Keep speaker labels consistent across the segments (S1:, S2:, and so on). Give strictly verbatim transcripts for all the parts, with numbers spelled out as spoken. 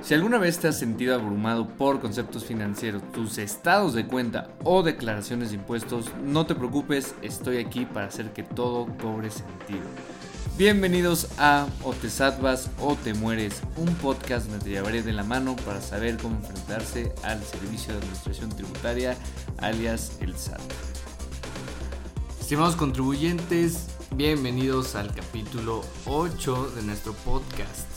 S1: Si alguna vez te has sentido abrumado por conceptos financieros, tus estados de cuenta o declaraciones de impuestos, no te preocupes, estoy aquí para hacer que todo cobre sentido. Bienvenidos a O te salvas o te mueres, un podcast donde te llevaré de la mano para saber cómo enfrentarse al Servicio de Administración Tributaria, alias el S A T. Estimados contribuyentes, bienvenidos al capítulo ocho de nuestro podcast.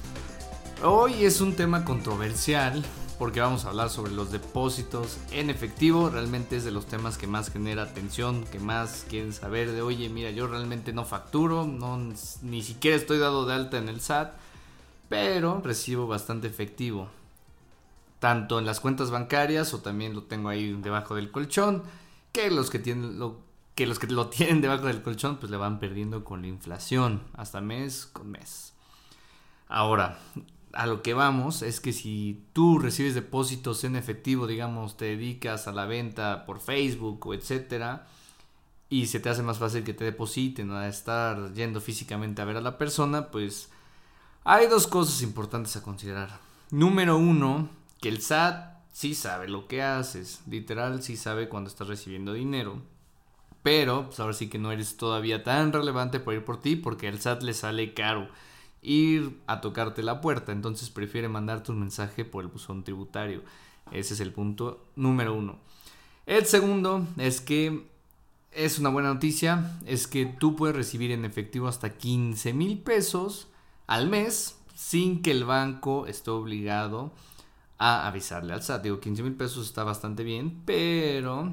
S1: Hoy es un tema controversial porque vamos a hablar sobre los depósitos en efectivo. Realmente es de los temas que más genera atención, que más quieren saber de, oye, mira, yo realmente no facturo, no, ni siquiera estoy dado de alta en el S A T, pero recibo bastante efectivo, tanto en las cuentas bancarias o también lo tengo ahí debajo del colchón, que los que tienen lo, que los que lo tienen debajo del colchón pues le van perdiendo con la inflación, hasta mes con mes. Ahora, a lo que vamos es que si tú recibes depósitos en efectivo, digamos, te dedicas a la venta por Facebook o etcétera, y se te hace más fácil que te depositen a estar yendo físicamente a ver a la persona, pues hay dos cosas importantes a considerar. Número uno, que el S A T sí sabe lo que haces, literal sí sabe cuando estás recibiendo dinero, pero pues ahora sí que no eres todavía tan relevante para ir por ti porque al S A T le sale caro ir a tocarte la puerta, entonces prefiere mandarte un mensaje por el buzón tributario. Ese es el punto número uno. El segundo es que es una buena noticia, es que tú puedes recibir en efectivo hasta quince mil pesos al mes sin que el banco esté obligado a avisarle al S A T. Digo, quince mil pesos está bastante bien, pero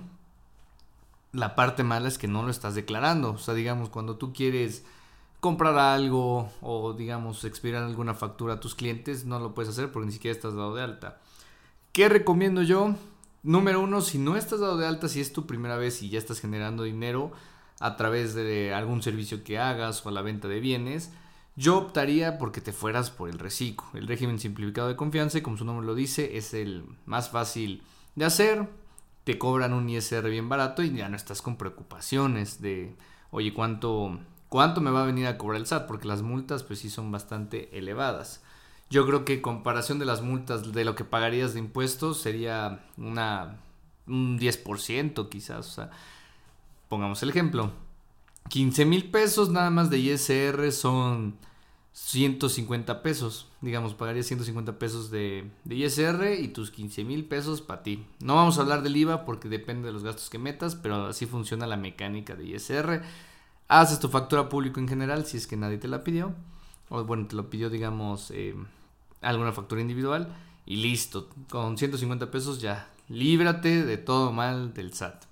S1: la parte mala es que no lo estás declarando. O sea, digamos, cuando tú quieres comprar algo o digamos expirar alguna factura a tus clientes, no lo puedes hacer porque ni siquiera estás dado de alta. ¿Qué recomiendo yo? Número uno, si no estás dado de alta, si es tu primera vez y ya estás generando dinero a través de algún servicio que hagas o a la venta de bienes, yo optaría porque te fueras por el RECICO, el régimen simplificado de confianza, y como su nombre lo dice, es el más fácil de hacer. Te cobran un I S R bien barato y ya no estás con preocupaciones de, oye, ¿cuánto... ¿Cuánto me va a venir a cobrar el S A T? Porque las multas pues sí son bastante elevadas. Yo creo que en comparación de las multas de lo que pagarías de impuestos sería una un diez por ciento quizás. O sea, pongamos el ejemplo. quince mil pesos nada más de I S R son ciento cincuenta pesos. Digamos, pagarías ciento cincuenta pesos de, de I S R y tus quince mil pesos para ti. No vamos a hablar del I V A porque depende de los gastos que metas, pero así funciona la mecánica de I S R. Haces tu factura público en general si es que nadie te la pidió, o bueno, te lo pidió, digamos, eh, alguna factura individual, y listo, con ciento cincuenta pesos ya, líbrate de todo mal del S A T.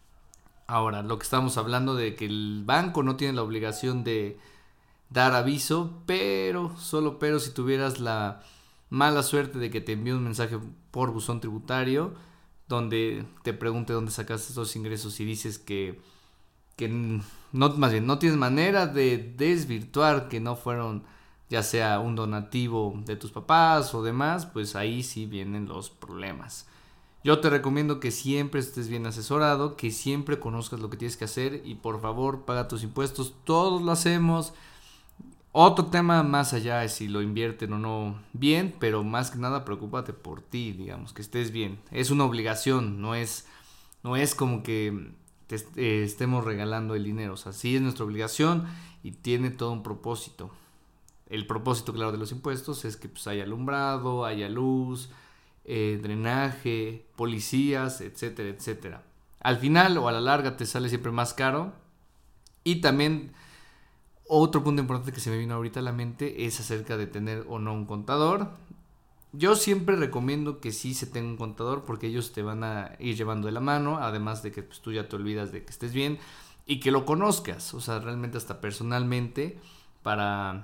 S1: Ahora, lo que estamos hablando de que el banco no tiene la obligación de dar aviso, pero, solo pero si tuvieras la mala suerte de que te envíe un mensaje por buzón tributario, donde te pregunte dónde sacaste esos ingresos y dices que que no, más bien no tienes manera de desvirtuar que no fueron ya sea un donativo de tus papás o demás, pues ahí sí vienen los problemas. Yo te recomiendo que siempre estés bien asesorado, que siempre conozcas lo que tienes que hacer y por favor paga tus impuestos, todos lo hacemos. Otro tema más allá es si lo invierten o no bien, pero más que nada preocúpate por ti, digamos, que estés bien. Es una obligación, no es, no es como que te eh, estemos regalando el dinero. O sea, sí es nuestra obligación y tiene todo un propósito. El propósito, claro, de los impuestos es que pues haya alumbrado, haya luz, eh, drenaje, policías, etcétera, etcétera. Al final o a la larga te sale siempre más caro. Y también otro punto importante que se me vino ahorita a la mente es acerca de tener o no un contador. Yo siempre recomiendo que sí se tenga un contador porque ellos te van a ir llevando de la mano, además de que pues, tú ya te olvidas de que estés bien y que lo conozcas, o sea, realmente hasta personalmente, para,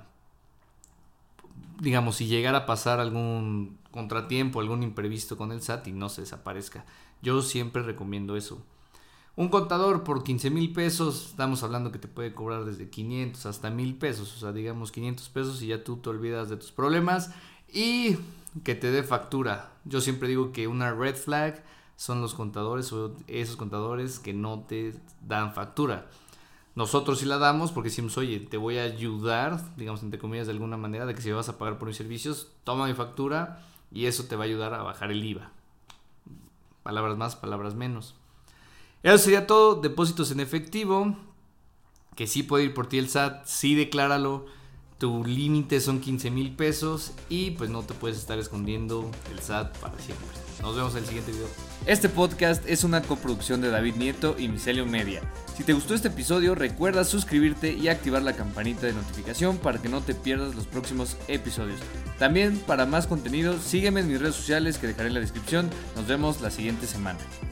S1: digamos, si llegara a pasar algún contratiempo, algún imprevisto con el S A T y no se desaparezca. Yo siempre recomiendo eso. Un contador por quince mil pesos, estamos hablando que te puede cobrar desde quinientos hasta mil pesos, o sea, digamos quinientos pesos y ya tú te olvidas de tus problemas y que te dé factura. Yo siempre digo que una red flag son los contadores o esos contadores que no te dan factura. Nosotros sí la damos porque decimos, oye, te voy a ayudar, digamos, entre comillas, de alguna manera, de que si vas a pagar por mis servicios, toma mi factura y eso te va a ayudar a bajar el I V A. Palabras más, palabras menos. Eso sería todo. Depósitos en efectivo, que sí puede ir por ti el S A T, sí decláralo. Tu límite son quince mil pesos y pues no te puedes estar escondiendo el S A T para siempre. Nos vemos en el siguiente video.
S2: Este podcast es una coproducción de David Nieto y Micelio Media. Si te gustó este episodio, recuerda suscribirte y activar la campanita de notificación para que no te pierdas los próximos episodios. También, para más contenido, sígueme en mis redes sociales que dejaré en la descripción. Nos vemos la siguiente semana.